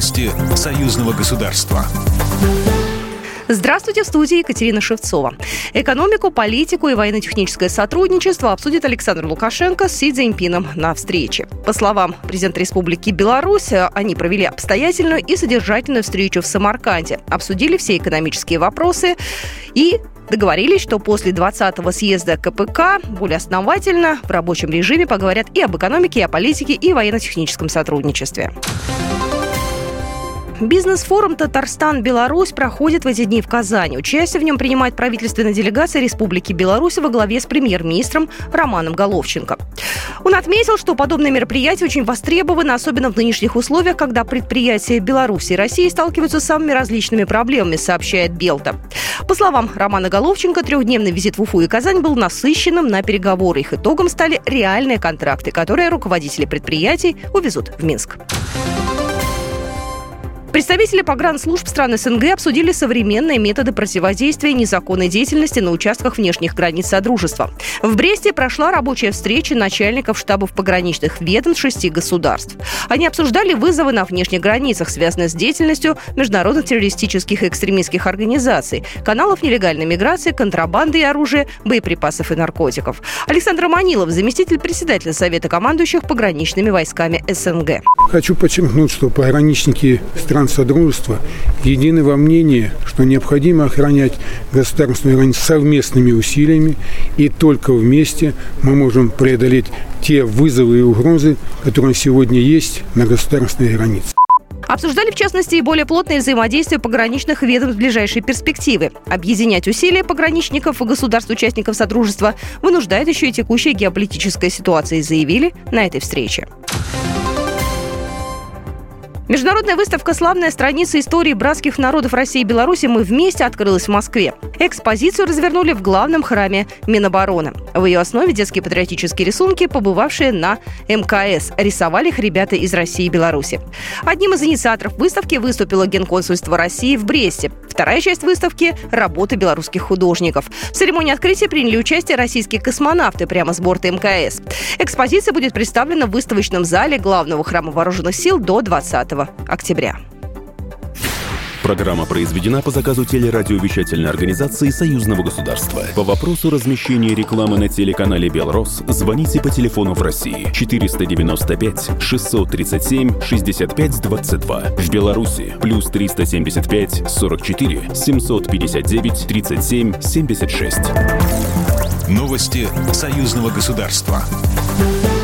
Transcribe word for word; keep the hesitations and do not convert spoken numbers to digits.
Новости союзного государства. Здравствуйте, в студии Екатерина Шевцова. Экономику, политику и военно-техническое сотрудничество обсудит Александр Лукашенко с Си Цзиньпином на встрече. По словам президента Республики Беларусь, они провели обстоятельную и содержательную встречу в Самарканде, обсудили все экономические вопросы и договорились, что после двадцатого съезда ка пэ ка более основательно в рабочем режиме поговорят и об экономике, и о политике, и военно-техническом сотрудничестве. Бизнес-форум «Татарстан-Беларусь» проходит в эти дни в Казани. Участие в нем принимает правительственная делегация Республики Беларусь во главе с премьер-министром Романом Головченко. Он отметил, что подобные мероприятия очень востребованы, особенно в нынешних условиях, когда предприятия Беларуси и России сталкиваются с самыми различными проблемами, сообщает Белта. По словам Романа Головченко, трехдневный визит в Уфу и Казань был насыщенным на переговоры. Их итогом стали реальные контракты, которые руководители предприятий увезут в Минск. Представители погранслужб стран эс эн гэ обсудили современные методы противодействия незаконной деятельности на участках внешних границ Содружества. В Бресте прошла рабочая встреча начальников штабов пограничных ведомств шести государств. Они обсуждали вызовы на внешних границах, связанные с деятельностью международных террористических и экстремистских организаций, каналов нелегальной миграции, контрабанды и оружия, боеприпасов и наркотиков. Александр Манилов, заместитель председателя Совета командующих пограничными войсками эс эн гэ. Хочу подчеркнуть, что пограничники стран Содружества едины во мнении, что необходимо охранять государственную границу совместными усилиями, и только вместе мы можем преодолеть те вызовы и угрозы, которые сегодня есть на государственной границе. Обсуждали, в частности, и более плотное взаимодействие пограничных ведомств в ближайшей перспективе. Объединять усилия пограничников и государств-участников Содружества вынуждает еще и текущая геополитическая ситуация, заявили на этой встрече. Международная выставка «Славная страница истории братских народов России и Беларуси. Мы вместе» открылась в Москве. Экспозицию развернули в главном храме Минобороны. В ее основе детские патриотические рисунки, побывавшие на эм ка эс. Рисовали их ребята из России и Беларуси. Одним из инициаторов выставки выступило Генконсульство России в Бресте. Вторая часть выставки – работы белорусских художников. В церемонии открытия приняли участие российские космонавты прямо с борта эм ка эс. Экспозиция будет представлена в выставочном зале главного храма вооруженных сил до двадцатого октября. Программа произведена по заказу телерадиовещательной организации Союзного государства. По вопросу размещения рекламы на телеканале «Белрос» звоните по телефону в России четыреста девяносто пять шестьсот тридцать семь шестьдесят пять двадцать два. В Беларуси плюс триста семьдесят пять сорок четыре семьсот пятьдесят девять тридцать семь семьдесят шесть. Новости союзного государства.